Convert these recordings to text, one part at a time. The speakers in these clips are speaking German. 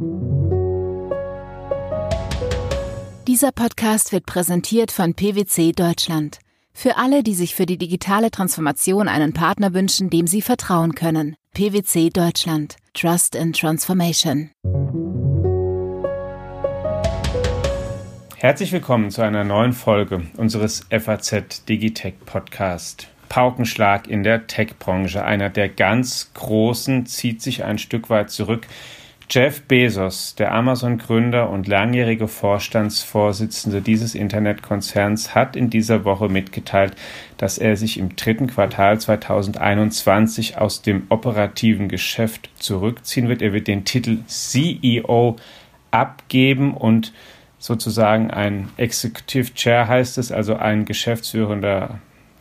Dieser Podcast wird präsentiert von PwC Deutschland. Für alle, die sich für die digitale Transformation einen Partner wünschen, dem sie vertrauen können. PwC Deutschland. Trust in Transformation. Herzlich willkommen zu einer neuen Folge unseres FAZ Digitech Podcast. Paukenschlag in der Tech-Branche. Einer der ganz Großen zieht sich ein Stück weit zurück. Jeff Bezos, der Amazon-Gründer und langjährige Vorstandsvorsitzende dieses Internetkonzerns, hat in dieser Woche mitgeteilt, dass er sich im dritten Quartal 2021 aus dem operativen Geschäft zurückziehen wird. Er wird den Titel CEO abgeben und sozusagen ein Executive Chair heißt es, also ein geschäftsführender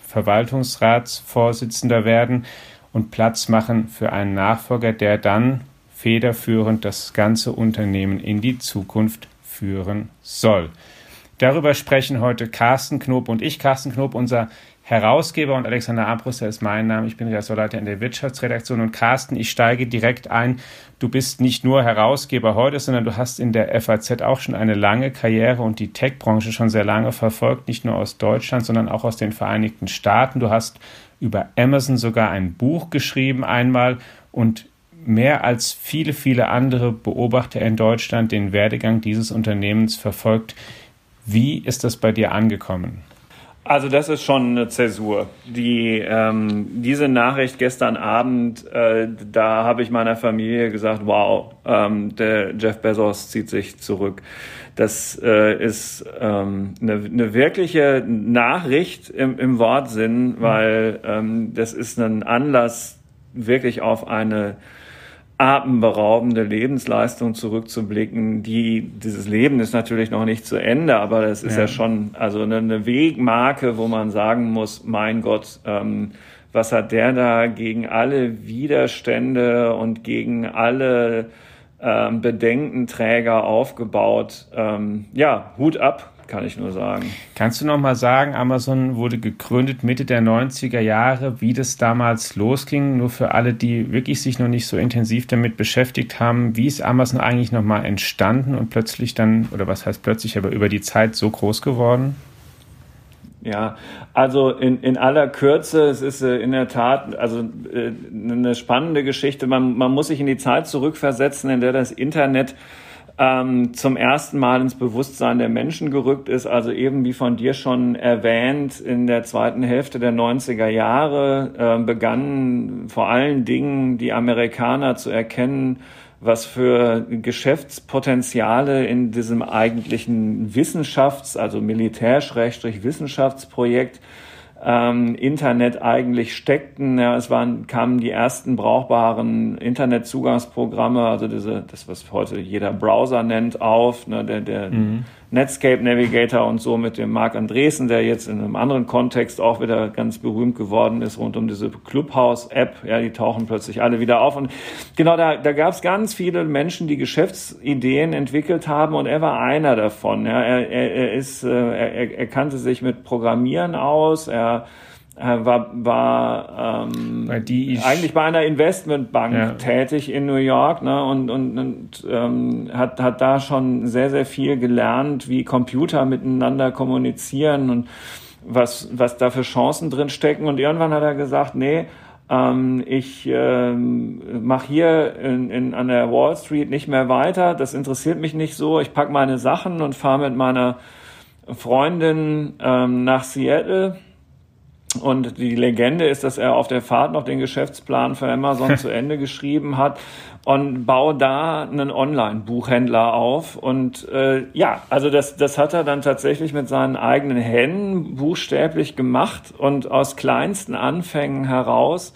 Verwaltungsratsvorsitzender werden und Platz machen für einen Nachfolger, der dann federführend das ganze Unternehmen in die Zukunft führen soll. Darüber sprechen heute Carsten Knob und ich. Carsten Knob, unser Herausgeber, und Alexander Armbruster ist mein Name. Ich bin Ressortleiter in der Wirtschaftsredaktion. Und Carsten, ich steige direkt ein. Du bist nicht nur Herausgeber heute, sondern du hast in der FAZ auch schon eine lange Karriere und die Tech-Branche schon sehr lange verfolgt, nicht nur aus Deutschland, sondern auch aus den Vereinigten Staaten. Du hast über Amazon sogar ein Buch geschrieben einmal und mehr als viele, viele andere Beobachter in Deutschland den Werdegang dieses Unternehmens verfolgt. Wie ist das bei dir angekommen? Also das ist schon eine Zäsur. Diese Nachricht gestern Abend, da habe ich meiner Familie gesagt, wow, der Jeff Bezos zieht sich zurück. Das ist eine wirkliche Nachricht im Wortsinn, weil das ist ein Anlass, wirklich auf eine atemberaubende Lebensleistung zurückzublicken. Dieses Leben ist natürlich noch nicht zu Ende, aber das ist ja schon also eine Wegmarke, wo man sagen muss, mein Gott, was hat der da gegen alle Widerstände und gegen alle Bedenkenträger aufgebaut? Hut ab, kann ich nur sagen. Kannst du noch mal sagen, Amazon wurde gegründet Mitte der 90er Jahre, wie das damals losging? Nur für alle, die wirklich sich noch nicht so intensiv damit beschäftigt haben, wie ist Amazon eigentlich noch mal entstanden und plötzlich dann, oder was heißt plötzlich, aber über die Zeit so groß geworden? Ja, also in aller Kürze, es ist in der Tat also eine spannende Geschichte. Man muss sich in die Zeit zurückversetzen, in der das Internet zum ersten Mal ins Bewusstsein der Menschen gerückt ist, also eben wie von dir schon erwähnt, in der zweiten Hälfte der 90er Jahre begannen vor allen Dingen die Amerikaner zu erkennen, was für Geschäftspotenziale in diesem eigentlichen also Militär-Wissenschaftsprojekt Internet eigentlich steckten. Ja, kamen die ersten brauchbaren Internetzugangsprogramme, also das, was heute jeder Browser nennt, auf, ne, der Netscape Navigator und so mit dem Marc Andreessen, der jetzt in einem anderen Kontext auch wieder ganz berühmt geworden ist, rund um diese Clubhouse-App. Ja, die tauchen plötzlich alle wieder auf. Und genau, da gab es ganz viele Menschen, die Geschäftsideen entwickelt haben, und er war einer davon. Ja, er kannte sich mit Programmieren aus. Er war eigentlich bei einer Investmentbank tätig in New York, ne, und hat da schon sehr, sehr viel gelernt, wie Computer miteinander kommunizieren und was da für Chancen drin stecken. Und irgendwann hat er gesagt, nee, ich mache hier an der Wall Street nicht mehr weiter, das interessiert mich nicht so, ich pack meine Sachen und fahre mit meiner Freundin nach Seattle. Und die Legende ist, dass er auf der Fahrt noch den Geschäftsplan für Amazon zu Ende geschrieben hat und baue da einen Online-Buchhändler auf. Und also das hat er dann tatsächlich mit seinen eigenen Händen buchstäblich gemacht und aus kleinsten Anfängen heraus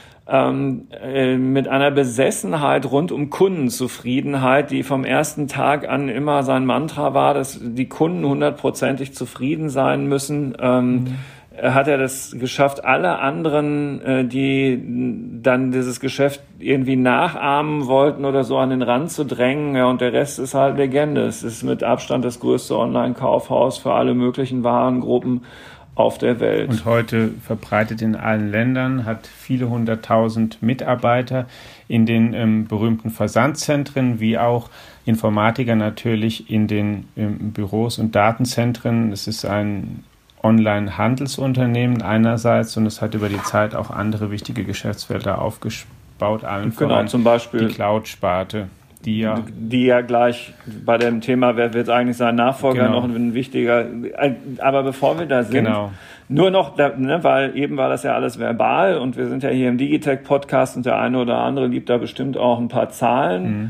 mit einer Besessenheit rund um Kundenzufriedenheit, die vom ersten Tag an immer sein Mantra war, dass die Kunden 100%ig zufrieden sein müssen. Hat er das geschafft, alle anderen, die dann dieses Geschäft irgendwie nachahmen wollten oder so, an den Rand zu drängen. Ja, und der Rest ist halt Legende. Es ist mit Abstand das größte Online-Kaufhaus für alle möglichen Warengruppen auf der Welt. Und heute verbreitet in allen Ländern, hat viele 100.000 Mitarbeiter in den berühmten Versandzentren, wie auch Informatiker natürlich in den Büros und Datenzentren. Es ist ein Online-Handelsunternehmen einerseits und es hat über die Zeit auch andere wichtige Geschäftsfelder aufgebaut, allen voran zum Beispiel die Cloud-Sparte. Die ja gleich bei dem Thema, wer wird eigentlich sein Nachfolger, noch ein wichtiger. Aber bevor wir da sind, nur noch, weil eben war das ja alles verbal und wir sind ja hier im Digitech-Podcast und der eine oder andere liebt da bestimmt auch ein paar Zahlen.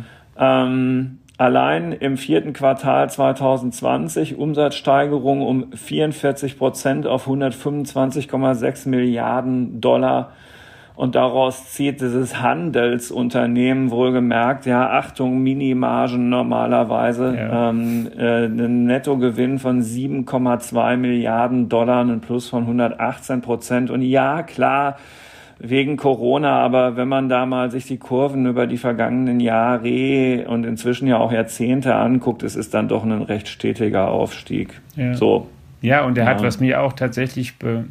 Allein im 4. Quartal 2020 Umsatzsteigerung um 44% auf 125,6 Milliarden $. Und daraus zieht dieses Handelsunternehmen wohlgemerkt, Achtung, Minimargen normalerweise, einen Nettogewinn von 7,2 Milliarden $, einen Plus von 118%. Und ja, klar, wegen Corona, aber wenn man da mal sich die Kurven über die vergangenen Jahre und inzwischen ja auch Jahrzehnte anguckt, es ist dann doch ein recht stetiger Aufstieg. Ja, so. Ja, und er hat, was mir auch tatsächlich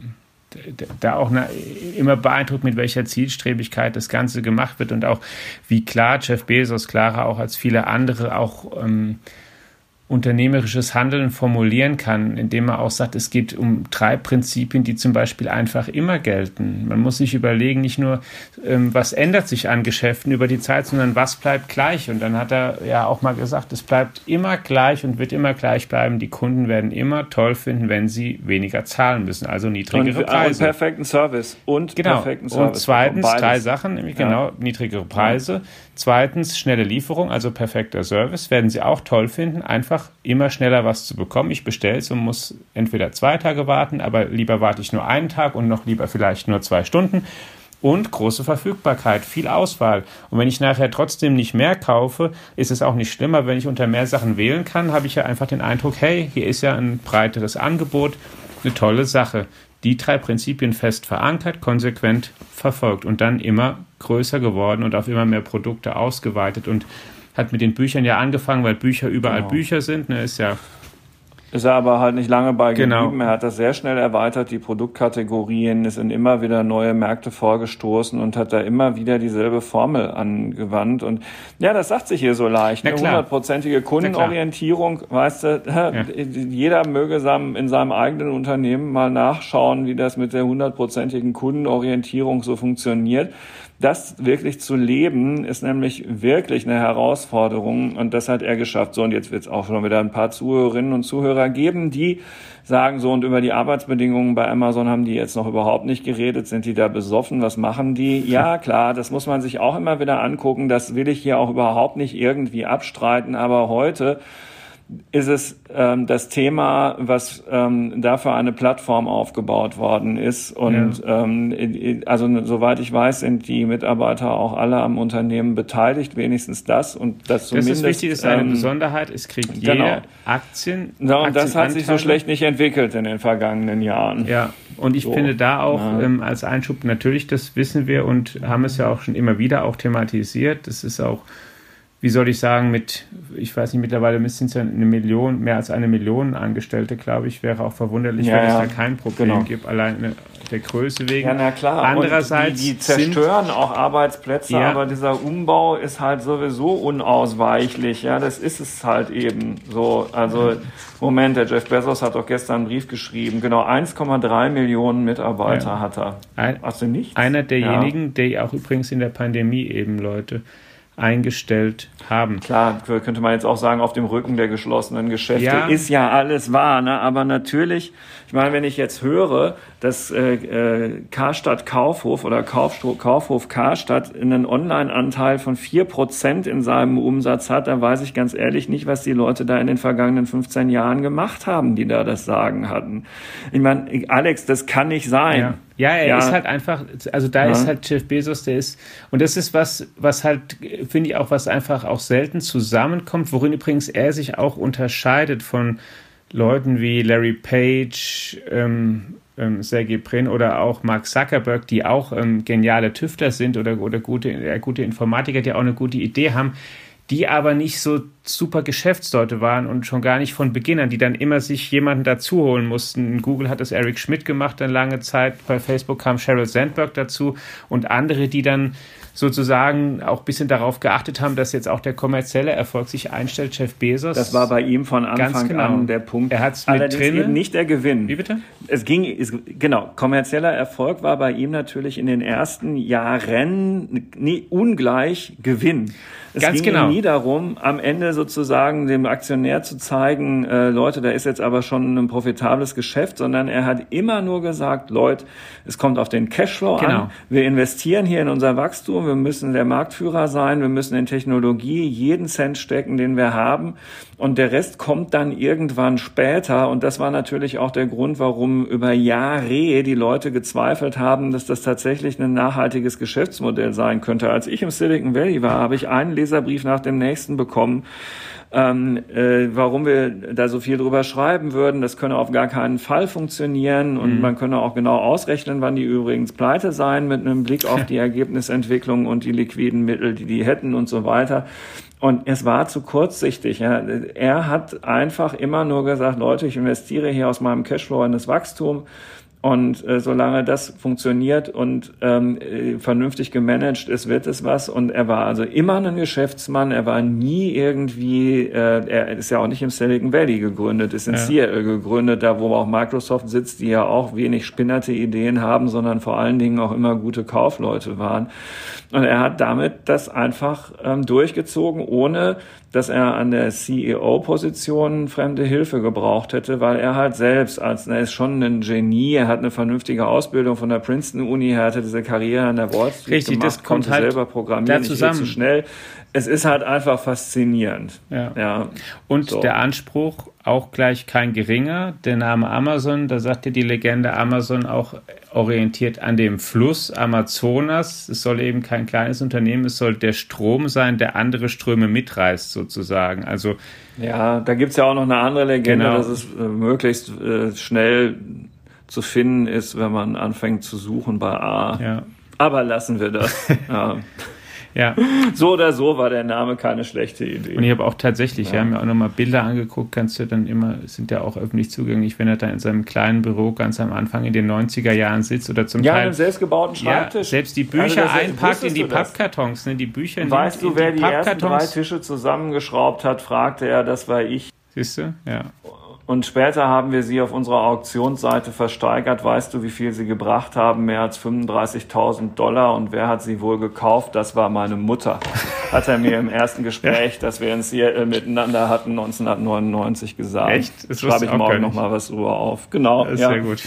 da auch immer beeindruckt, mit welcher Zielstrebigkeit das Ganze gemacht wird und auch wie klar Jeff Bezos, klarer auch als viele andere, auch unternehmerisches Handeln formulieren kann, indem er auch sagt, es geht um 3 Prinzipien, die zum Beispiel einfach immer gelten. Man muss sich überlegen, nicht nur, was ändert sich an Geschäften über die Zeit, sondern was bleibt gleich. Und dann hat er ja auch mal gesagt, es bleibt immer gleich und wird immer gleich bleiben. Die Kunden werden immer toll finden, wenn sie weniger zahlen müssen, also niedrigere Preise. Und perfekten Service. Und perfekten Service. Und zweitens 3 Sachen, nämlich niedrigere Preise. Zweitens schnelle Lieferung, also perfekter Service. Werden sie auch toll finden, einfach immer schneller was zu bekommen. Ich bestelle es und muss entweder 2 Tage warten, aber lieber warte ich nur einen Tag und noch lieber vielleicht nur 2 Stunden. Und große Verfügbarkeit, viel Auswahl. Und wenn ich nachher trotzdem nicht mehr kaufe, ist es auch nicht schlimmer. Wenn ich unter mehr Sachen wählen kann, habe ich ja einfach den Eindruck, hey, hier ist ja ein breiteres Angebot, eine tolle Sache. Die 3 Prinzipien fest verankert, konsequent verfolgt und dann immer größer geworden und auf immer mehr Produkte ausgeweitet und hat mit den Büchern ja angefangen, weil Bücher überall Bücher sind. Ist er aber halt nicht lange bei geblieben. Er hat das sehr schnell erweitert, die Produktkategorien, ist in immer wieder neue Märkte vorgestoßen und hat da immer wieder dieselbe Formel angewandt. Und ja, das sagt sich hier so leicht. Eine 100%ige Kundenorientierung, weißt du, jeder möge in seinem eigenen Unternehmen mal nachschauen, wie das mit der 100%igen Kundenorientierung so funktioniert. Das wirklich zu leben, ist nämlich wirklich eine Herausforderung und das hat er geschafft. So, und jetzt wird es auch schon wieder ein paar Zuhörerinnen und Zuhörer geben, die sagen so, und über die Arbeitsbedingungen bei Amazon haben die jetzt noch überhaupt nicht geredet, sind die da besoffen, was machen die? Ja, klar, das muss man sich auch immer wieder angucken, das will ich hier auch überhaupt nicht irgendwie abstreiten, aber heute ist es das Thema, was dafür eine Plattform aufgebaut worden ist. Und also soweit ich weiß, sind die Mitarbeiter auch alle am Unternehmen beteiligt, wenigstens das. Und das zumindest. Das ist wichtig, ist eine Besonderheit, es kriegt jeder Aktien. Ja, und das hat sich so schlecht nicht entwickelt in den vergangenen Jahren. Ja, und ich finde da auch als Einschub, natürlich, das wissen wir und haben es ja auch schon immer wieder auch thematisiert. Das ist auch, wie soll ich sagen, ich weiß nicht, mittlerweile sind es ja mehr als 1 Million Angestellte, glaube ich, wäre auch verwunderlich, wenn es da kein Problem gibt, allein der Größe wegen. Ja, na klar. Andererseits die zerstören auch Arbeitsplätze, aber dieser Umbau ist halt sowieso unausweichlich, das ist es halt eben so. Also, Moment, der Jeff Bezos hat doch gestern einen Brief geschrieben, genau, 1,3 Millionen Mitarbeiter hat er. Hast du nichts? Einer derjenigen, der auch übrigens in der Pandemie eben Leute eingestellt haben. Klar, könnte man jetzt auch sagen, auf dem Rücken der geschlossenen Geschäfte ist ja alles wahr, ne? Aber natürlich, ich meine, wenn ich jetzt höre, dass Karstadt Kaufhof oder Kaufhof Karstadt einen Online-Anteil von 4% in seinem Umsatz hat, dann weiß ich ganz ehrlich nicht, was die Leute da in den vergangenen 15 Jahren gemacht haben, die da das Sagen hatten. Ich meine, Alex, das kann nicht sein. Ja, er ist halt einfach, also da ist halt Jeff Bezos, der ist, und das ist was halt, finde ich auch, was einfach auch selten zusammenkommt, worin übrigens er sich auch unterscheidet von Leuten wie Larry Page, Sergey Brin oder auch Mark Zuckerberg, die auch geniale Tüftler sind oder gute Informatiker, die auch eine gute Idee haben. die aber nicht so super Geschäftsleute waren und schon gar nicht von Beginn an, die dann immer sich jemanden dazu holen mussten. In Google hat das Eric Schmidt gemacht dann lange Zeit, bei Facebook kam Sheryl Sandberg dazu und andere, die dann sozusagen auch ein bisschen darauf geachtet haben, dass jetzt auch der kommerzielle Erfolg sich einstellt. Jeff Bezos. Das war bei ihm von Anfang an der Punkt. Er hat es mit drin. Eben nicht der Gewinn. Wie bitte? Genau, kommerzieller Erfolg war bei ihm natürlich in den ersten Jahren ungleich Gewinn. Es ging ihm nie darum, am Ende sozusagen dem Aktionär zu zeigen, Leute, da ist jetzt aber schon ein profitables Geschäft, sondern er hat immer nur gesagt, Leute, es kommt auf den Cashflow an. Wir investieren hier in unser Wachstum, wir müssen der Marktführer sein, wir müssen in Technologie jeden Cent stecken, den wir haben. Und der Rest kommt dann irgendwann später. Und das war natürlich auch der Grund, warum über Jahre die Leute gezweifelt haben, dass das tatsächlich ein nachhaltiges Geschäftsmodell sein könnte. Als ich im Silicon Valley war, habe ich einen Leserbrief nach dem nächsten bekommen, warum wir da so viel drüber schreiben würden. Das könne auf gar keinen Fall funktionieren. Und man könne auch genau ausrechnen, wann die übrigens pleite seien, mit einem Blick auf die Ergebnisentwicklung und die liquiden Mittel, die hätten und so weiter. Und es war zu kurzsichtig. Ja. Er hat einfach immer nur gesagt, Leute, ich investiere hier aus meinem Cashflow in das Wachstum. Und solange das funktioniert und vernünftig gemanagt ist, wird es was. Und er war also immer ein Geschäftsmann. Er war nie irgendwie, er ist ja auch nicht im Silicon Valley gegründet, ist in Seattle gegründet, da wo auch Microsoft sitzt, die ja auch wenig spinnerte Ideen haben, sondern vor allen Dingen auch immer gute Kaufleute waren. Und er hat damit das einfach durchgezogen, ohne dass er an der CEO-Position fremde Hilfe gebraucht hätte, weil er halt selbst, er ist schon ein Genie, er hat eine vernünftige Ausbildung von der Princeton-Uni, er hatte diese Karriere an der Wall Street gemacht, das kommt konnte halt selber programmieren, nicht viel zu schnell. Es ist halt einfach faszinierend. Ja. Und so. Der Anspruch auch gleich kein geringer. Der Name Amazon, da sagt ja die Legende, Amazon auch orientiert an dem Fluss Amazonas. Es soll eben kein kleines Unternehmen, es soll der Strom sein, der andere Ströme mitreißt sozusagen. Also ja, da gibt's ja auch noch eine andere Legende, dass es möglichst schnell zu finden ist, wenn man anfängt zu suchen bei A. Ja. Aber lassen wir das. Ja. So oder so war der Name keine schlechte Idee. Und ich habe auch tatsächlich, wir haben ja auch nochmal Bilder angeguckt, kannst du dann immer, sind ja auch öffentlich zugänglich, wenn er da in seinem kleinen Büro ganz am Anfang in den 90er Jahren sitzt oder zum Teil... Ja, in einem selbstgebauten Schreibtisch. Ja, selbst die Bücher einpackt in die Pappkartons, ne, die Bücher in Weißt du, wer die ersten 3 Pappkartons Tische zusammengeschraubt hat, fragte er, das war ich. Siehst du? Ja. Und später haben wir sie auf unserer Auktionsseite versteigert. Weißt du, wie viel sie gebracht haben? Mehr als $35.000. Und wer hat sie wohl gekauft? Das war meine Mutter. Hat er mir im ersten Gespräch, das wir in Seattle miteinander hatten, 1999 gesagt. Echt? Das schreibe ich morgen noch mal was drüber auf. Genau. Das ist sehr gut.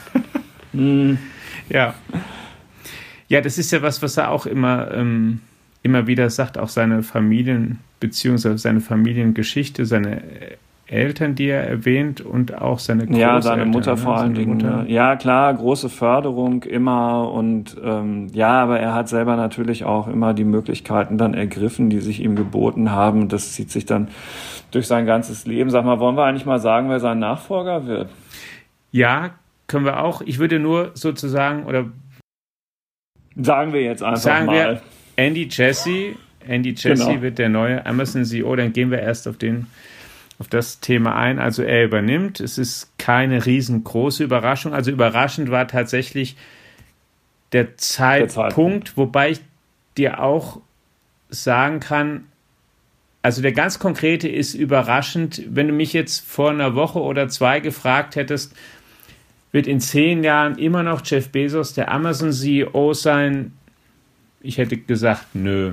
Ja. Ja, das ist ja was er auch immer wieder sagt, auch seine Familienbeziehung, seine Familiengeschichte, seine Eltern, die er erwähnt, und auch seine Großeltern. Ja, seine Mutter vor allen Dingen. Ja, klar, große Förderung immer und aber er hat selber natürlich auch immer die Möglichkeiten dann ergriffen, die sich ihm geboten haben. Das zieht sich dann durch sein ganzes Leben. Sag mal, wollen wir eigentlich mal sagen, wer sein Nachfolger wird? Ja, können wir auch. Ich würde nur sozusagen, oder sagen wir jetzt einfach mal. Andy Jassy genau. Wird der neue Amazon-CEO, dann gehen wir erst auf das Thema ein. Also er übernimmt. Es ist keine riesengroße Überraschung. Also überraschend war tatsächlich der Zeitpunkt, wobei ich dir auch sagen kann, also der ganz konkrete ist überraschend. Wenn du mich jetzt vor einer Woche oder 2 gefragt hättest, wird in 10 Jahren immer noch Jeff Bezos der Amazon-CEO sein? Ich hätte gesagt, nö.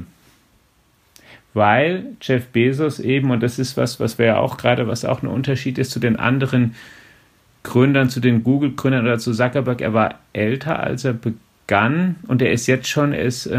Weil Jeff Bezos eben, und das ist was wir ja auch gerade, was auch ein Unterschied ist zu den anderen Gründern, zu den Google-Gründern oder zu Zuckerberg, er war älter, als er begann, und er ist jetzt schon,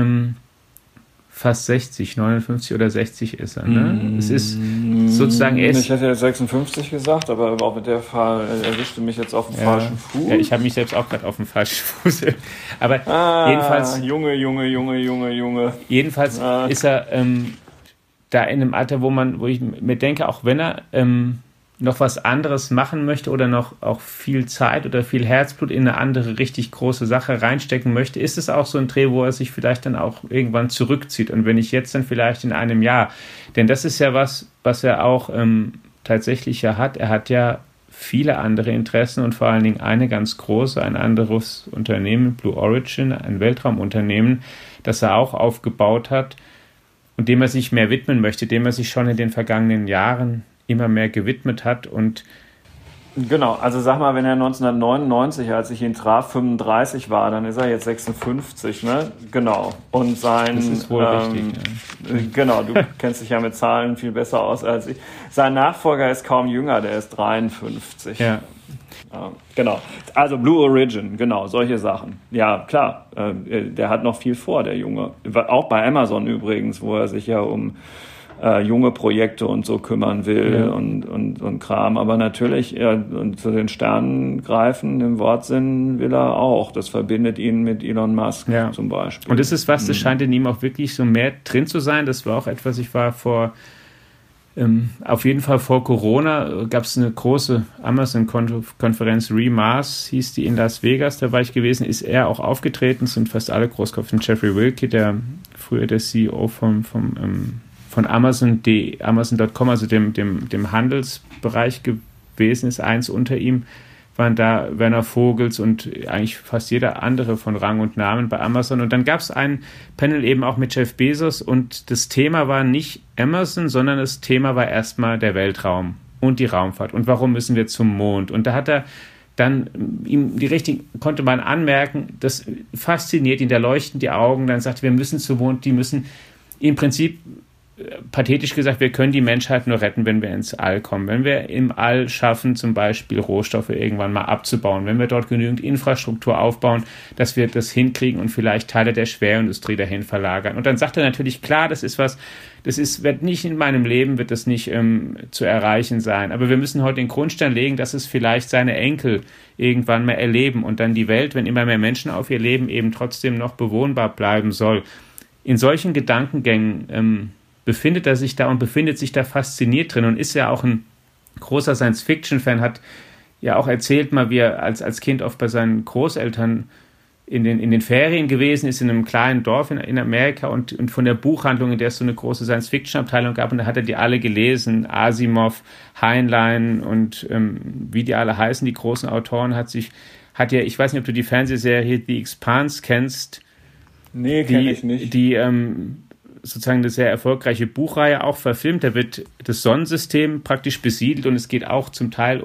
fast 60, 59 oder 60 ist er. Ne? Es ist sozusagen... Ich hätte jetzt 56 gesagt, aber auch mit der Fall erwischte mich jetzt auf dem falschen Fuß. Ja, ich habe mich selbst auch gerade auf dem falschen Fuß. Aber jedenfalls... Junge. Jedenfalls ist er da in einem Alter, wo ich mir denke, auch wenn er noch was anderes machen möchte oder noch auch viel Zeit oder viel Herzblut in eine andere richtig große Sache reinstecken möchte, ist es auch so ein Dreh, wo er sich vielleicht dann auch irgendwann zurückzieht. Und wenn nicht jetzt, dann vielleicht in einem Jahr. Denn das ist ja was er auch tatsächlich ja hat. Er hat ja viele andere Interessen und vor allen Dingen eine ganz große, ein anderes Unternehmen, Blue Origin, ein Weltraumunternehmen, das er auch aufgebaut hat und dem er sich mehr widmen möchte, dem er sich schon in den vergangenen Jahren immer mehr gewidmet hat. Und genau, also sag mal, wenn er 1999, als ich ihn traf, 35 war, dann ist er jetzt 56, ne? Genau. Und sein... Das ist wohl richtig, ja. Genau, du kennst dich ja mit Zahlen viel besser aus als ich. Sein Nachfolger ist kaum jünger, der ist 53. Ja. Genau, also Blue Origin, genau, solche Sachen. Ja, klar, der hat noch viel vor, der Junge. Auch bei Amazon übrigens, wo er sich ja um junge Projekte und so kümmern will und Kram. Aber natürlich, und zu den Sternen greifen, im Wortsinn will er auch. Das verbindet ihn mit Elon Musk zum Beispiel. Und das ist was, das scheint in ihm auch wirklich so mehr drin zu sein. Das war auch etwas, ich war auf jeden Fall vor Corona, gab es eine große Amazon-Konferenz, Remars hieß die in Las Vegas, da war ich gewesen, ist er auch aufgetreten, sind fast alle Großkopf. Jeffrey Wilke, der früher der CEO von Amazon.com, also dem Handelsbereich gewesen ist, eins unter ihm, waren da Werner Vogels und eigentlich fast jeder andere von Rang und Namen bei Amazon. Und dann gab es ein Panel eben auch mit Jeff Bezos und das Thema war nicht Amazon, sondern das Thema war erstmal der Weltraum und die Raumfahrt und warum müssen wir zum Mond. Und da hat er dann ihm konnte man anmerken, das fasziniert ihn, da leuchten die Augen, dann sagt er, wir müssen zum Mond, die müssen im Prinzip pathetisch gesagt, wir können die Menschheit nur retten, wenn wir ins All kommen. Wenn wir im All schaffen, zum Beispiel Rohstoffe irgendwann mal abzubauen, wenn wir dort genügend Infrastruktur aufbauen, dass wir das hinkriegen und vielleicht Teile der Schwerindustrie dahin verlagern. Und dann sagt er natürlich, klar, wird nicht in meinem Leben, wird das nicht zu erreichen sein. Aber wir müssen heute den Grundstein legen, dass es vielleicht seine Enkel irgendwann mal erleben und dann die Welt, wenn immer mehr Menschen auf ihr Leben eben trotzdem noch bewohnbar bleiben soll. In solchen Gedankengängen befindet er sich da und befindet sich da fasziniert drin und ist ja auch ein großer Science-Fiction-Fan, hat ja auch erzählt mal, wie er als Kind oft bei seinen Großeltern in den Ferien gewesen ist, in einem kleinen Dorf in Amerika und von der Buchhandlung, in der es so eine große Science-Fiction-Abteilung gab, und da hat er die alle gelesen, Asimov, Heinlein und wie die alle heißen, die großen Autoren, ich weiß nicht, ob du die Fernsehserie The Expanse kennst. Nee, kenne ich nicht. Die sozusagen eine sehr erfolgreiche Buchreihe auch verfilmt. Da wird das Sonnensystem praktisch besiedelt und es geht auch zum Teil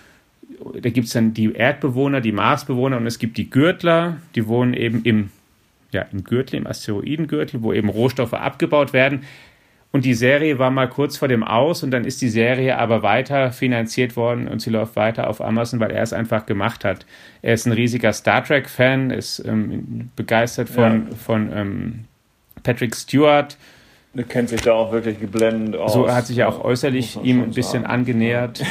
da gibt es dann die Erdbewohner, die Marsbewohner und es gibt die Gürtler, die wohnen eben im Gürtel, im Asteroidengürtel, wo eben Rohstoffe abgebaut werden. Und die Serie war mal kurz vor dem Aus und dann ist die Serie aber weiter finanziert worden und sie läuft weiter auf Amazon, weil er es einfach gemacht hat. Er ist ein riesiger Star Trek-Fan, ist begeistert von Patrick Stewart. Der kennt sich da auch wirklich geblendet aus. So hat sich ja auch äußerlich ihm ein bisschen angenähert.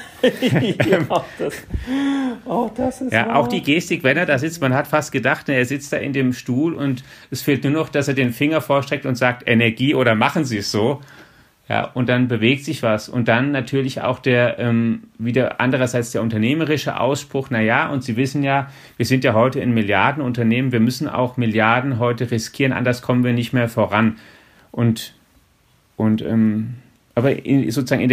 Das ist ja, auch die Gestik, wenn er da sitzt, man hat fast gedacht, er sitzt da in dem Stuhl und es fehlt nur noch, dass er den Finger vorstreckt und sagt, Energie oder machen Sie es so. Ja, und dann bewegt sich was. Und dann natürlich auch wieder andererseits der unternehmerische Ausspruch, und Sie wissen ja, wir sind ja heute in Milliardenunternehmen, wir müssen auch Milliarden heute riskieren, anders kommen wir nicht mehr voran. Aber sozusagen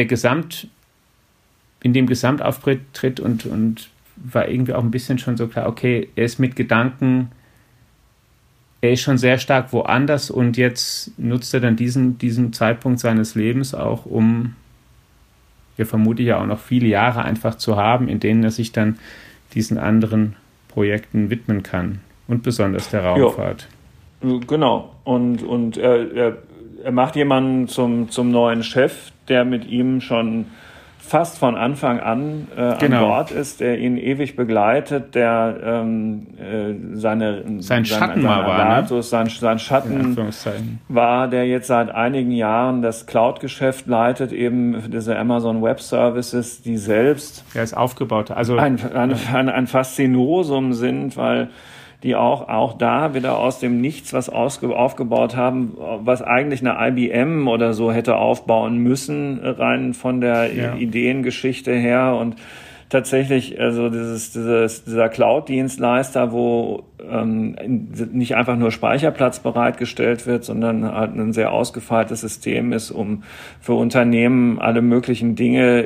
in dem Gesamtauftritt und war irgendwie auch ein bisschen schon so klar, okay, er ist mit Gedanken, er ist schon sehr stark woanders und jetzt nutzt er dann diesen Zeitpunkt seines Lebens auch, um, vermute ich ja auch noch viele Jahre einfach zu haben, in denen er sich dann diesen anderen Projekten widmen kann und besonders der Raumfahrt. Jo, genau. Und er macht jemanden zum neuen Chef, der mit ihm schon fast von Anfang an an Bord ist, der ihn ewig begleitet, der sein Schatten war, der jetzt seit einigen Jahren das Cloud-Geschäft leitet, eben diese Amazon Web Services, die selbst ist aufgebaut, also ein Faszinosum sind, weil die auch da wieder aus dem Nichts was aufgebaut haben, was eigentlich eine IBM oder so hätte aufbauen müssen, rein von der Ideengeschichte her. Und tatsächlich, also dieser Cloud-Dienstleister, wo nicht einfach nur Speicherplatz bereitgestellt wird, sondern halt ein sehr ausgefeiltes System ist, um für Unternehmen alle möglichen Dinge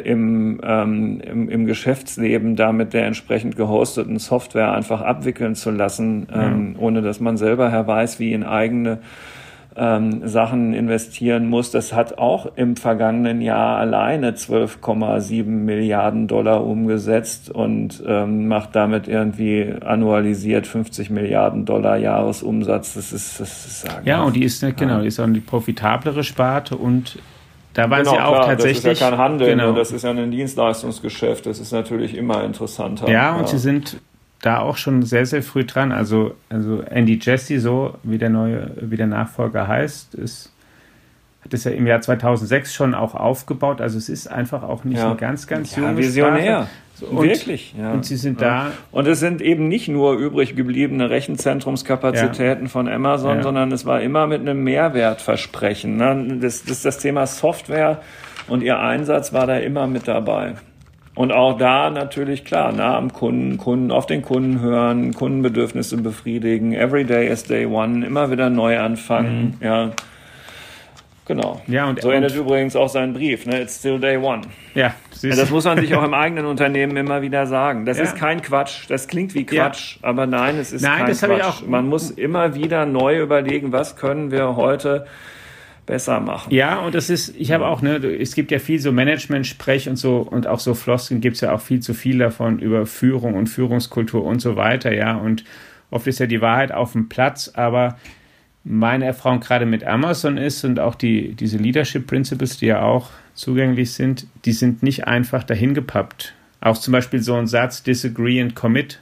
im Geschäftsleben da mit der entsprechend gehosteten Software einfach abwickeln zu lassen, ohne dass man selber weiß, wie in eigene Sachen investieren muss. Das hat auch im vergangenen Jahr alleine 12,7 Milliarden Dollar umgesetzt und macht damit irgendwie annualisiert 50 Milliarden Dollar Jahresumsatz. Das ist und die ist die ist auch eine profitablere Sparte und da waren sie auch klar, tatsächlich. Das ist ja kein Handel, das ist ja ein Dienstleistungsgeschäft. Das ist natürlich immer interessanter. Ja, und sie sind da auch schon sehr, sehr früh dran. Also Andy Jassy, so wie der Nachfolger heißt, hat es ja im Jahr 2006 schon auch aufgebaut. Also es ist einfach auch nicht eine ganz junge Visionär. Und, wirklich. Ja. Und sie sind da. Und es sind eben nicht nur übrig gebliebene Rechenzentrumskapazitäten von Amazon, sondern es war immer mit einem Mehrwertversprechen. Ne? Das Thema Software und ihr Einsatz war da immer mit dabei. Und auch da natürlich klar, nah am Kunden, auf den Kunden hören, Kundenbedürfnisse befriedigen, every day is day one, immer wieder neu anfangen, Genau. Ja, und so endet übrigens auch sein Brief, ne? It's still day one. Ja, das muss man sich auch im eigenen Unternehmen immer wieder sagen. Das ist kein Quatsch. Das klingt wie Quatsch, aber nein, es ist kein Quatsch. Man muss immer wieder neu überlegen, was können wir heute besser machen. Ja, und das ist, ich habe auch, es gibt ja viel so Management-Sprech und so, und auch so Floskeln gibt es ja auch viel zu viel davon über Führung und Führungskultur und so weiter, und oft ist ja die Wahrheit auf dem Platz, aber meine Erfahrung gerade mit Amazon ist und auch diese Leadership Principles, die ja auch zugänglich sind, die sind nicht einfach dahin gepappt. Auch zum Beispiel so ein Satz, disagree and commit.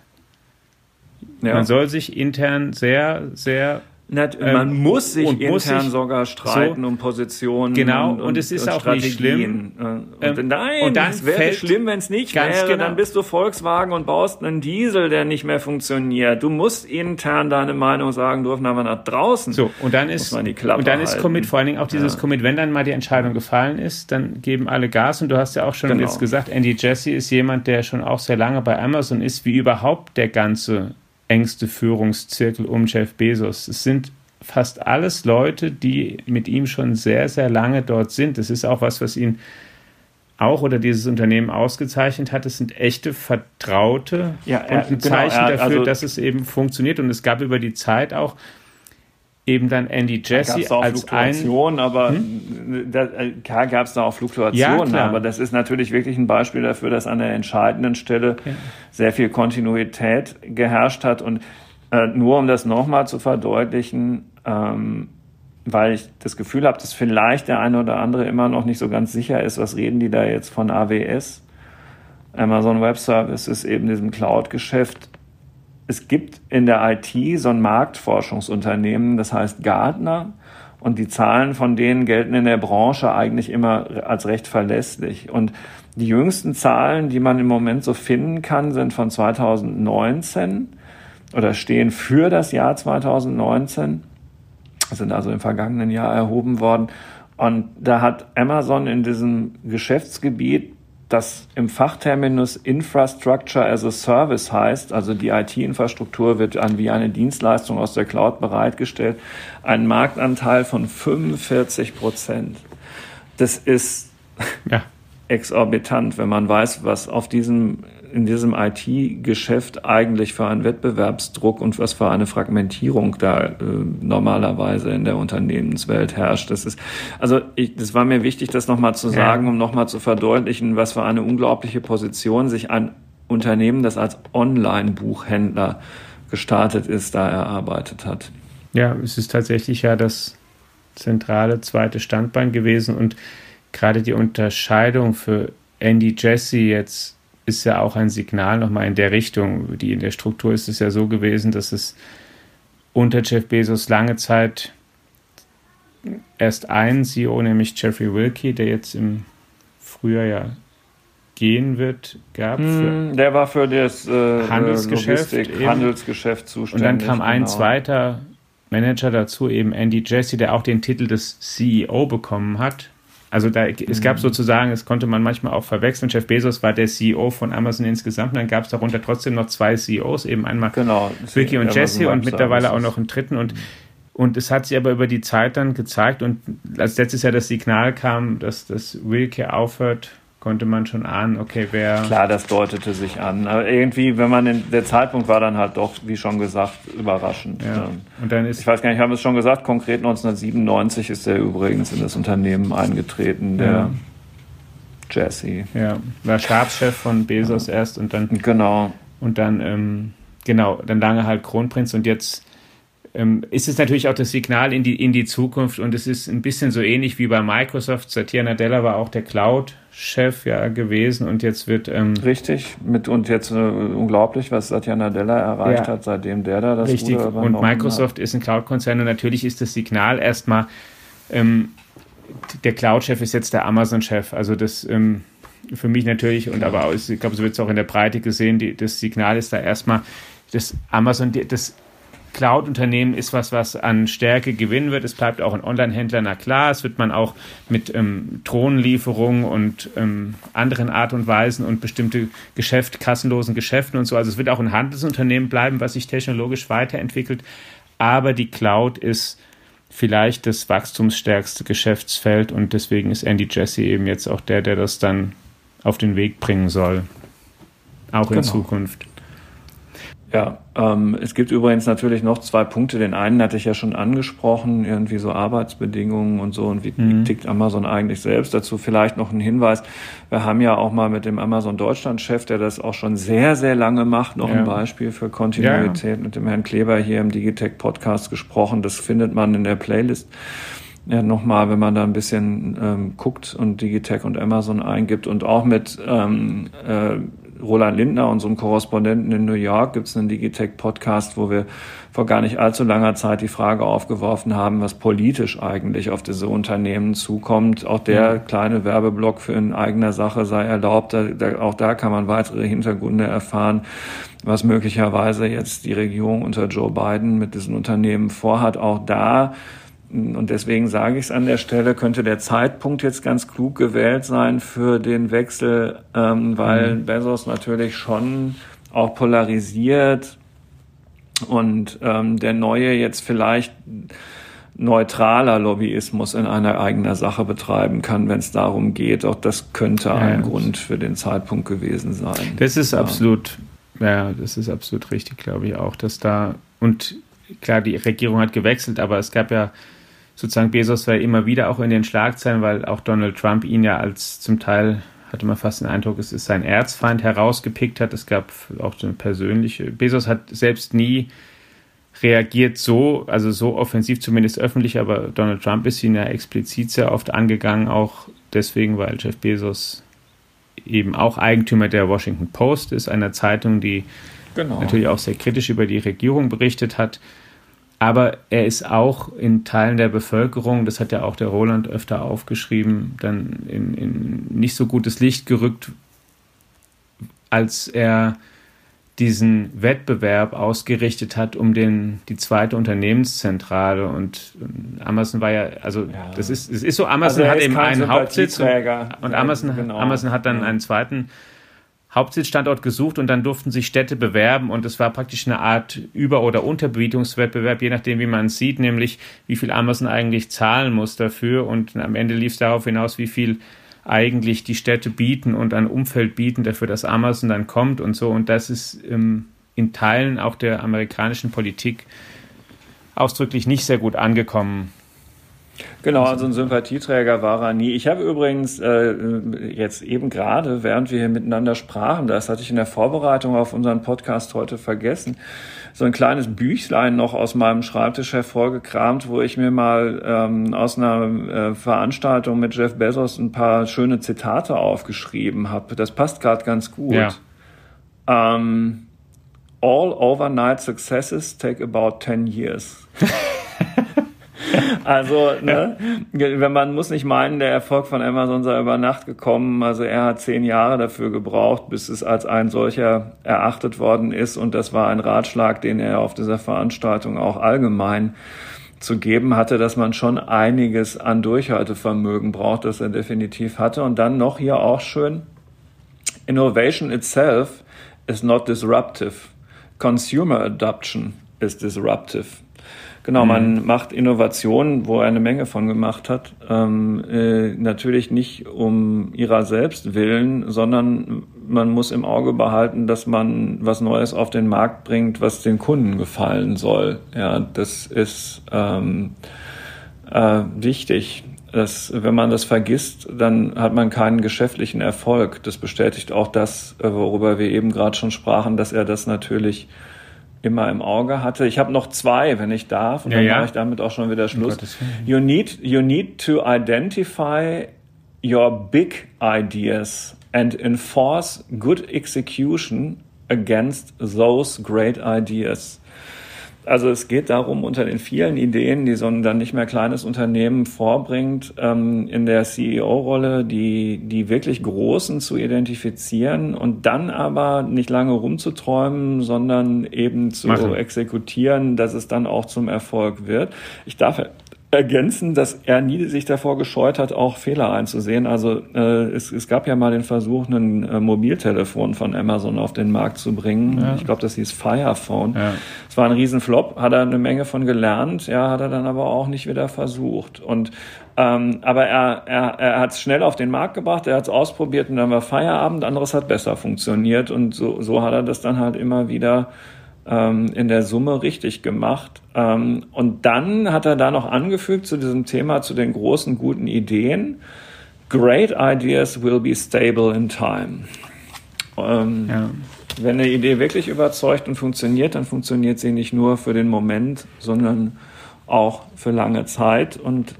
Ja. Man soll sich intern sehr, sehr man muss sich intern sogar streiten um Positionen. Genau, und es ist auch nicht schlimm. Und dann es wäre schlimm, wenn es nicht wäre. Genau. Dann bist du Volkswagen und baust einen Diesel, der nicht mehr funktioniert. Du musst intern deine Meinung sagen dürfen, aber nach draußen und dann ist Commit, vor allen Dingen auch dieses Commit, wenn dann mal die Entscheidung gefallen ist, dann geben alle Gas. Und du hast ja auch schon jetzt gesagt, Andy Jassy ist jemand, der schon auch sehr lange bei Amazon ist, wie überhaupt der ganze engste Führungszirkel um Jeff Bezos. Es sind fast alles Leute, die mit ihm schon sehr, sehr lange dort sind. Das ist auch was ihn auch oder dieses Unternehmen ausgezeichnet hat. Es sind echte Vertraute und ein Zeichen dafür, dass es eben funktioniert. Und es gab über die Zeit auch eben dann Andy Jassy als Fluktuationen, aber klar gab es da auch Fluktuationen, aber das ist natürlich wirklich ein Beispiel dafür, dass an der entscheidenden Stelle sehr viel Kontinuität geherrscht hat. Und nur um das nochmal zu verdeutlichen, weil ich das Gefühl habe, dass vielleicht der eine oder andere immer noch nicht so ganz sicher ist, was reden die da jetzt von AWS, Amazon Web Services, eben diesem Cloud-Geschäft. Es gibt in der IT so ein Marktforschungsunternehmen, das heißt Gartner, und die Zahlen von denen gelten in der Branche eigentlich immer als recht verlässlich. Und die jüngsten Zahlen, die man im Moment so finden kann, sind von 2019 oder stehen für das Jahr 2019, sind also im vergangenen Jahr erhoben worden. Und da hat Amazon in diesem Geschäftsgebiet, das im Fachterminus Infrastructure as a Service heißt, also die IT-Infrastruktur wird wie eine Dienstleistung aus der Cloud bereitgestellt, einen Marktanteil von 45%. Das ist exorbitant, wenn man weiß, was in diesem IT-Geschäft eigentlich für einen Wettbewerbsdruck und was für eine Fragmentierung da normalerweise in der Unternehmenswelt herrscht. Das war mir wichtig, das nochmal zu sagen, um nochmal zu verdeutlichen, was für eine unglaubliche Position sich ein Unternehmen, das als Online-Buchhändler gestartet ist, da erarbeitet hat. Ja, es ist tatsächlich das zentrale zweite Standbein gewesen, und gerade die Unterscheidung für Andy Jassy jetzt ist ja auch ein Signal nochmal in der Richtung. In der Struktur ist es ja so gewesen, dass es unter Jeff Bezos lange Zeit erst einen CEO, nämlich Jeffrey Wilke, der jetzt im Frühjahr gehen wird, gab. Der war für das Handelsgeschäft zuständig. Und dann kam ein zweiter Manager dazu, eben Andy Jassy, der auch den Titel des CEO bekommen hat. Also es gab sozusagen, das konnte man manchmal auch verwechseln, Jeff Bezos war der CEO von Amazon insgesamt, dann gab es darunter trotzdem noch 2 CEOs, eben einmal Wilkie und Jesse und mittlerweile auch noch einen dritten und es hat sich aber über die Zeit dann gezeigt und als letztes Jahr das Signal kam, dass das Wilkie aufhört, konnte man schon ahnen, okay, wer... Klar, das deutete sich an. Aber irgendwie, der Zeitpunkt war dann halt doch, wie schon gesagt, überraschend. Ja. Und dann ich weiß gar nicht, haben wir es schon gesagt, konkret 1997 ist er übrigens in das Unternehmen eingetreten, der Jassy. Ja, war Stabschef von Bezos erst und dann... Genau. Und dann, dann lange halt Kronprinz und jetzt... ist es natürlich auch das Signal in die Zukunft und es ist ein bisschen so ähnlich wie bei Microsoft. Satya Nadella war auch der Cloud-Chef gewesen und jetzt wird... Richtig, und jetzt unglaublich, was Satya Nadella erreicht hat, seitdem der da das Richtig, Ruder übernommen und Microsoft ist ein Cloud-Konzern und natürlich ist das Signal erstmal, der Cloud-Chef ist jetzt der Amazon-Chef, also das... für mich natürlich und aber auch, ich glaube, so wird es auch in der Breite gesehen, das Signal ist da erstmal, das Amazon, das Cloud-Unternehmen ist was an Stärke gewinnen wird. Es bleibt auch ein Online-Händler, na klar. Es wird man auch mit Drohnenlieferungen und anderen Art und Weisen und bestimmte kassenlosen Geschäften und so. Also es wird auch ein Handelsunternehmen bleiben, was sich technologisch weiterentwickelt. Aber die Cloud ist vielleicht das wachstumsstärkste Geschäftsfeld und deswegen ist Andy Jassy eben jetzt auch der das dann auf den Weg bringen soll. Auch in Zukunft. Ja, es gibt übrigens natürlich noch 2 Punkte. Den einen hatte ich ja schon angesprochen, irgendwie so Arbeitsbedingungen und so und wie tickt Amazon eigentlich selbst. Dazu vielleicht noch ein Hinweis. Wir haben ja auch mal mit dem Amazon Deutschland-Chef, der das auch schon sehr, sehr lange macht, noch ein Beispiel für Kontinuität mit dem Herrn Kleber hier im Digitech-Podcast gesprochen. Das findet man in der Playlist. Ja, nochmal, wenn man da ein bisschen guckt und Digitech und Amazon eingibt und auch mit Roland Lindner, unserem Korrespondenten in New York, gibt es einen Digitech-Podcast, wo wir vor gar nicht allzu langer Zeit die Frage aufgeworfen haben, was politisch eigentlich auf diese Unternehmen zukommt. Auch der kleine Werbeblock für in eigener Sache sei erlaubt. Auch da kann man weitere Hintergründe erfahren, was möglicherweise jetzt die Regierung unter Joe Biden mit diesen Unternehmen vorhat. Auch da, und deswegen sage ich es an der Stelle, könnte der Zeitpunkt jetzt ganz klug gewählt sein für den Wechsel, weil Bezos natürlich schon auch polarisiert und der neue jetzt vielleicht neutraler Lobbyismus in einer eigenen Sache betreiben kann, wenn es darum geht. Auch das könnte ein Grund für den Zeitpunkt gewesen sein. Das ist absolut richtig, glaube ich auch, dass da, und klar, die Regierung hat gewechselt, aber es gab ja sozusagen, Bezos war immer wieder auch in den Schlagzeilen, weil auch Donald Trump ihn ja als zum Teil, hatte man fast den Eindruck, es ist sein Erzfeind herausgepickt hat. Es gab auch so eine persönliche, Bezos hat selbst nie reagiert so offensiv, zumindest öffentlich, aber Donald Trump ist ihn ja explizit sehr oft angegangen, auch deswegen, weil Jeff Bezos eben auch Eigentümer der Washington Post ist, einer Zeitung, die natürlich auch sehr kritisch über die Regierung berichtet hat. Aber er ist auch in Teilen der Bevölkerung, das hat ja auch der Roland öfter aufgeschrieben, dann in nicht so gutes Licht gerückt, als er diesen Wettbewerb ausgerichtet hat um die zweite Unternehmenszentrale. Und Amazon war es ist so, Amazon hat eben einen Hauptsitz und Amazon hat dann einen zweiten Hauptsitzstandort gesucht und dann durften sich Städte bewerben und es war praktisch eine Art Über- oder Unterbietungswettbewerb, je nachdem, wie man es sieht, nämlich wie viel Amazon eigentlich zahlen muss dafür und am Ende lief es darauf hinaus, wie viel eigentlich die Städte bieten und ein Umfeld bieten dafür, dass Amazon dann kommt und so, und das ist in Teilen auch der amerikanischen Politik ausdrücklich nicht sehr gut angekommen. Genau, also ein Sympathieträger war er nie. Ich habe übrigens jetzt eben gerade, während wir hier miteinander sprachen, das hatte ich in der Vorbereitung auf unseren Podcast heute vergessen, so ein kleines Büchlein noch aus meinem Schreibtisch hervorgekramt, wo ich mir mal aus einer Veranstaltung mit Jeff Bezos ein paar schöne Zitate aufgeschrieben habe. Das passt gerade ganz gut. Ja. All overnight successes take about 10 years. Also, ne, wenn man muss nicht meinen, der Erfolg von Amazon sei über Nacht gekommen. Also er hat 10 Jahre dafür gebraucht, bis es als ein solcher erachtet worden ist. Und das war ein Ratschlag, den er auf dieser Veranstaltung auch allgemein zu geben hatte, dass man schon einiges an Durchhaltevermögen braucht, das er definitiv hatte. Und dann noch hier auch schön, Innovation itself is not disruptive. Consumer adoption is disruptive. Genau, man macht Innovationen, wo er eine Menge von gemacht hat, natürlich nicht um ihrer selbst willen, sondern man muss im Auge behalten, dass man was Neues auf den Markt bringt, was den Kunden gefallen soll. Ja, das ist wichtig. Wenn man das vergisst, dann hat man keinen geschäftlichen Erfolg. Das bestätigt auch das, worüber wir eben gerade schon sprachen, dass er das natürlich immer im Auge hatte. Ich habe noch 2, wenn ich darf, und dann mache ich damit auch schon wieder Schluss. You need to identify your big ideas and enforce good execution against those great ideas. Also es geht darum, unter den vielen Ideen, die so ein dann nicht mehr kleines Unternehmen vorbringt, in der CEO-Rolle die wirklich großen zu identifizieren und dann aber nicht lange rumzuträumen, sondern eben zu exekutieren, dass es dann auch zum Erfolg wird. Ich darf ergänzen, dass er nie sich davor gescheut hat, auch Fehler einzusehen. Also es gab ja mal den Versuch, ein Mobiltelefon von Amazon auf den Markt zu bringen. Ja. Ich glaube, das hieß Fire Phone. Ja. Es war ein Riesenflop, hat er eine Menge von gelernt, hat er dann aber auch nicht wieder versucht. Und aber er hat es schnell auf den Markt gebracht, er hat es ausprobiert und dann war Feierabend, anderes hat besser funktioniert und so hat er das dann halt immer wieder in der Summe richtig gemacht. Und dann hat er da noch angefügt zu diesem Thema, zu den großen, guten Ideen: Great ideas will be stable in time. Wenn eine Idee wirklich überzeugt und funktioniert, dann funktioniert sie nicht nur für den Moment, sondern auch für lange Zeit. Und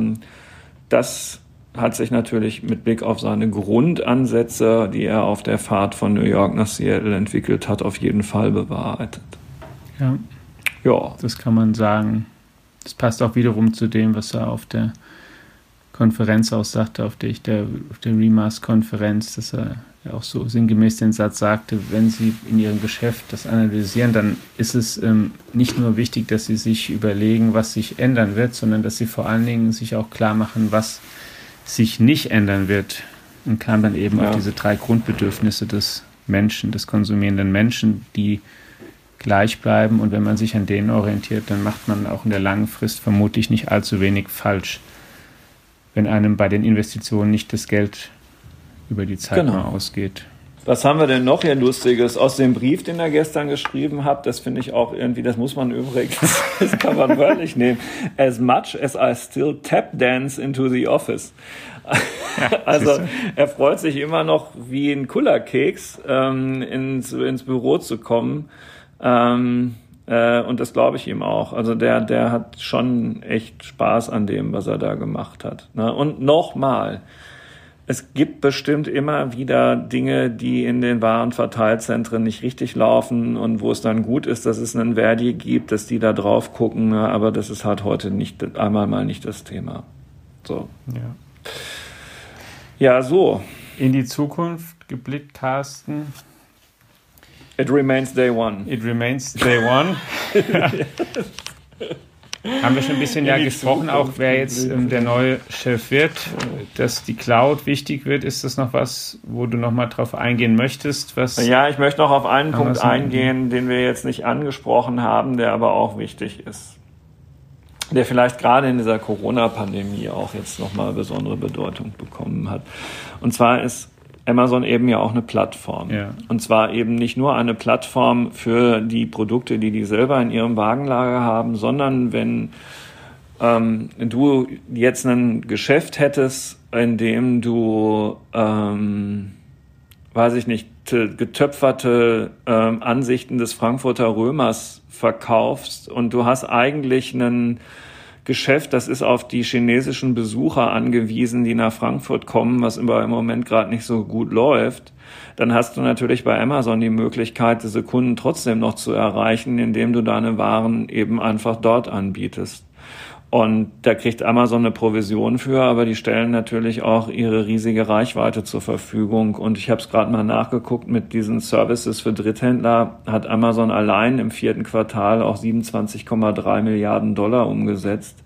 das hat sich natürlich mit Blick auf seine Grundansätze, die er auf der Fahrt von New York nach Seattle entwickelt hat, auf jeden Fall bewahrheitet. Ja, das kann man sagen. Das passt auch wiederum zu dem, was er auf der Konferenz auch sagte, auf der Remas-Konferenz, dass er ja auch so sinngemäß den Satz sagte, wenn Sie in Ihrem Geschäft das analysieren, dann ist es nicht nur wichtig, dass Sie sich überlegen, was sich ändern wird, sondern dass Sie vor allen Dingen sich auch klar machen, was sich nicht ändern wird, und kam dann eben auf diese 3 Grundbedürfnisse des Menschen, des konsumierenden Menschen, die gleich bleiben, und wenn man sich an denen orientiert, dann macht man auch in der langen Frist vermutlich nicht allzu wenig falsch, wenn einem bei den Investitionen nicht das Geld über die Zeit mal ausgeht. Was haben wir denn noch hier Lustiges aus dem Brief, den er gestern geschrieben hat? Das finde ich auch irgendwie, das muss man übrigens, das kann man wörtlich nehmen. As much as I still tap dance into the office. Also er freut sich immer noch wie ein Kullerkeks, ins Büro zu kommen. Und das glaube ich ihm auch. Also der hat schon echt Spaß an dem, was er da gemacht hat. Und nochmal, es gibt bestimmt immer wieder Dinge, die in den Warenverteilzentren nicht richtig laufen und wo es dann gut ist, dass es einen Verdi gibt, dass die da drauf gucken, aber das ist halt heute mal nicht das Thema. So. Ja, so. In die Zukunft geblickt, Carsten. It remains day one. It remains day one. Haben wir schon ein bisschen gesprochen, auch wer jetzt der neue Chef wird, dass die Cloud wichtig wird. Ist das noch was, wo du noch mal drauf eingehen möchtest? Ja, ich möchte noch auf einen Punkt eingehen, den wir jetzt nicht angesprochen haben, der aber auch wichtig ist. Der vielleicht gerade in dieser Corona-Pandemie auch jetzt noch mal besondere Bedeutung bekommen hat. Und zwar ist Amazon eben ja auch eine Plattform. Ja. Und zwar eben nicht nur eine Plattform für die Produkte, die selber in ihrem Wagenlager haben, sondern wenn du jetzt ein Geschäft hättest, in dem du, getöpferte Ansichten des Frankfurter Römers verkaufst und du hast eigentlich ein Geschäft, das ist auf die chinesischen Besucher angewiesen, die nach Frankfurt kommen, was im Moment gerade nicht so gut läuft, dann hast du natürlich bei Amazon die Möglichkeit, diese Kunden trotzdem noch zu erreichen, indem du deine Waren eben einfach dort anbietest. Und da kriegt Amazon eine Provision für, aber die stellen natürlich auch ihre riesige Reichweite zur Verfügung. Und ich habe es gerade mal nachgeguckt, mit diesen Services für Dritthändler hat Amazon allein im 4. Quartal auch 27,3 Milliarden Dollar umgesetzt.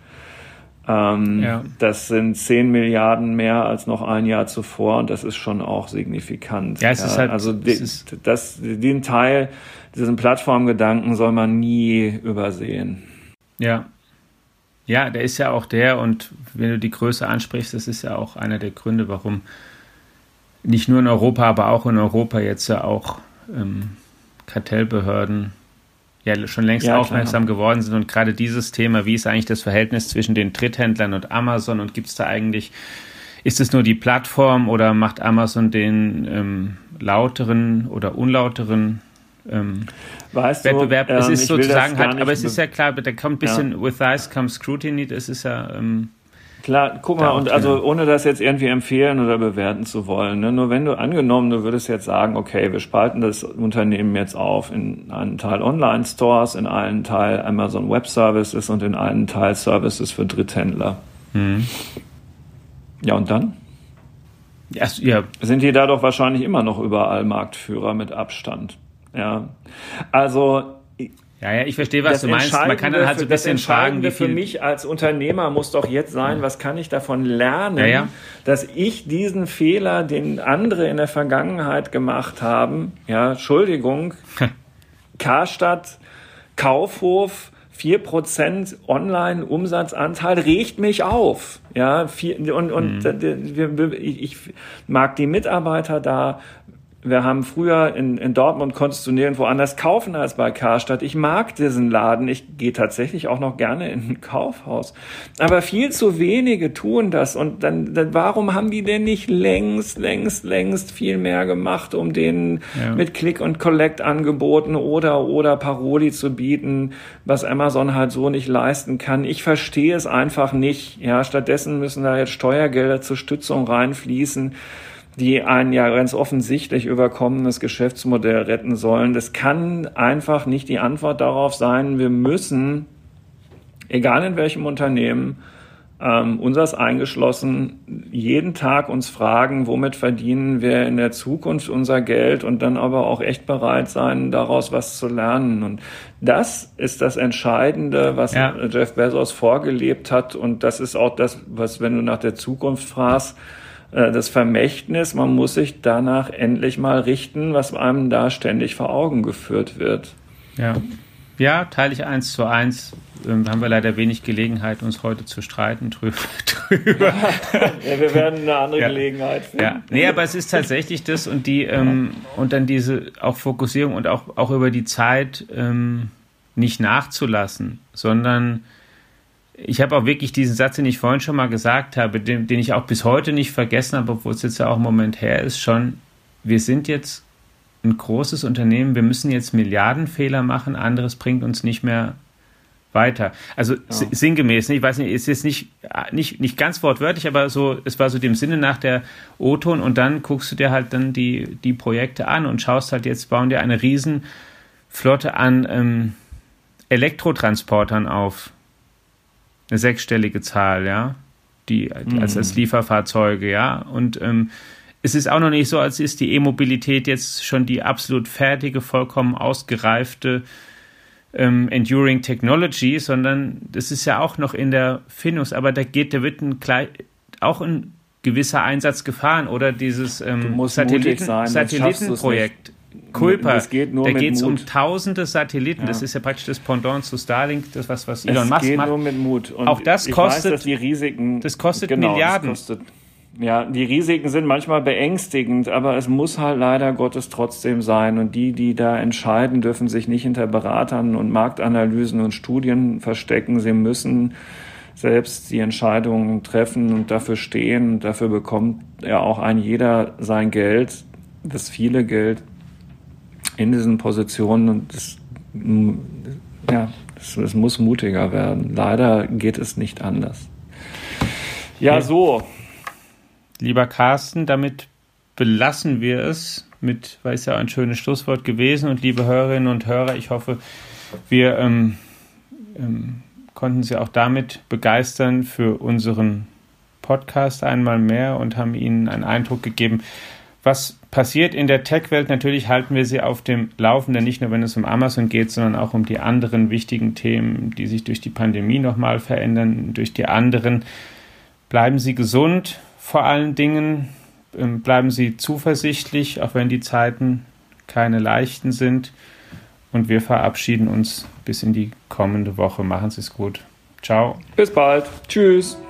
Das sind 10 Milliarden mehr als noch ein Jahr zuvor und das ist schon auch signifikant. Ja, es ist halt, also den Teil, diesen Plattformgedanken soll man nie übersehen. Ja. Ja, der ist ja auch der, und wenn du die Größe ansprichst, das ist ja auch einer der Gründe, warum nicht nur in Europa, aber auch in Europa jetzt ja auch Kartellbehörden ja schon längst aufmerksam geworden sind, und gerade dieses Thema, wie ist eigentlich das Verhältnis zwischen den Dritthändlern und Amazon, und gibt es da eigentlich, ist es nur die Plattform oder macht Amazon den lauteren oder unlauteren Wettbewerb? Es ist sozusagen halt, aber es ist ja klar, da kommt ein bisschen with eyes comes scrutiny, das ist ja klar, guck mal, und also ohne das jetzt irgendwie empfehlen oder bewerten zu wollen, ne? Nur wenn du würdest jetzt sagen, okay, wir spalten das Unternehmen jetzt auf in einen Teil Online-Stores, in einen Teil Amazon Web Services und in einen Teil Services für Dritthändler. Ja, und dann? Ja. Sind die da doch wahrscheinlich immer noch überall Marktführer mit Abstand. Ja, also ja, ich verstehe, was du meinst. Man kann dann halt so ein bisschen fragen, wie viel... Für mich als Unternehmer muss doch jetzt sein, was kann ich davon lernen, dass ich diesen Fehler, den andere in der Vergangenheit gemacht haben, Entschuldigung, Karstadt, Kaufhof, 4% Online-Umsatzanteil regt mich auf. Ja, ich mag die Mitarbeiter da. Wir haben früher in Dortmund, konntest du nirgendwo anders kaufen als bei Karstadt. Ich mag diesen Laden. Ich gehe tatsächlich auch noch gerne in ein Kaufhaus. Aber viel zu wenige tun das. Und dann warum haben die denn nicht längst viel mehr gemacht, um denen mit Click und Collect Angeboten oder Paroli zu bieten, was Amazon halt so nicht leisten kann? Ich verstehe es einfach nicht. Ja, stattdessen müssen da jetzt Steuergelder zur Stützung reinfließen, die ein ja ganz offensichtlich überkommenes Geschäftsmodell retten sollen. Das kann einfach nicht die Antwort darauf sein. Wir müssen, egal in welchem Unternehmen, unseres eingeschlossen, jeden Tag uns fragen, womit verdienen wir in der Zukunft unser Geld, und dann aber auch echt bereit sein, daraus was zu lernen. Und das ist das Entscheidende, was Jeff Bezos vorgelebt hat, und das ist auch das, was, wenn du nach der Zukunft fragst, das Vermächtnis, man muss sich danach endlich mal richten, was einem da ständig vor Augen geführt wird. Ja, teile ich 1:1. Haben wir leider wenig Gelegenheit, uns heute zu streiten drüber. Ja, wir werden eine andere Gelegenheit finden. Ja. Nee, aber es ist tatsächlich das, und die und dann diese auch Fokussierung und auch über die Zeit nicht nachzulassen, sondern ich habe auch wirklich diesen Satz, den ich vorhin schon mal gesagt habe, den ich auch bis heute nicht vergessen habe, obwohl es jetzt ja auch einen Moment her ist, schon, wir sind jetzt ein großes Unternehmen, wir müssen jetzt Milliardenfehler machen, anderes bringt uns nicht mehr weiter. Also sinngemäß, ich weiß nicht, ist jetzt nicht ganz wortwörtlich, aber so, es war so dem Sinne nach der O-Ton, und dann guckst du dir halt dann die Projekte an und schaust halt, jetzt bauen dir eine Riesenflotte an Elektrotransportern auf. Eine 6-stellige Zahl, die als Lieferfahrzeuge, und es ist auch noch nicht so, als ist die E-Mobilität jetzt schon die absolut fertige, vollkommen ausgereifte Enduring Technology, sondern das ist ja auch noch in der Findungs-, aber da wird auch ein gewisser Einsatz gefahren, oder dieses Satellitenprojekt. Kuiper, da geht es um tausende Satelliten, das ist ja praktisch das Pendant zu Starlink, das was Elon Musk macht. Es geht nur mit Mut. Und auch das kostet, ich weiß, dass die Risiken, das kostet Milliarden. Die Risiken sind manchmal beängstigend, aber es muss halt leider Gottes trotzdem sein. Und die da entscheiden, dürfen sich nicht hinter Beratern und Marktanalysen und Studien verstecken. Sie müssen selbst die Entscheidungen treffen und dafür stehen. Und dafür bekommt ja auch jeder sein Geld, das viele Geld, in diesen Positionen, und es muss mutiger werden. Leider geht es nicht anders. So. Lieber Carsten, damit belassen wir es weil es ja ein schönes Schlusswort gewesen, und liebe Hörerinnen und Hörer, ich hoffe, wir konnten Sie auch damit begeistern für unseren Podcast einmal mehr und haben Ihnen einen Eindruck gegeben, was passiert in der Tech-Welt. Natürlich halten wir Sie auf dem Laufenden, nicht nur wenn es um Amazon geht, sondern auch um die anderen wichtigen Themen, die sich durch die Pandemie nochmal verändern, durch die anderen. Bleiben Sie gesund, vor allen Dingen. Bleiben Sie zuversichtlich, auch wenn die Zeiten keine leichten sind. Und wir verabschieden uns bis in die kommende Woche. Machen Sie es gut. Ciao. Bis bald. Tschüss.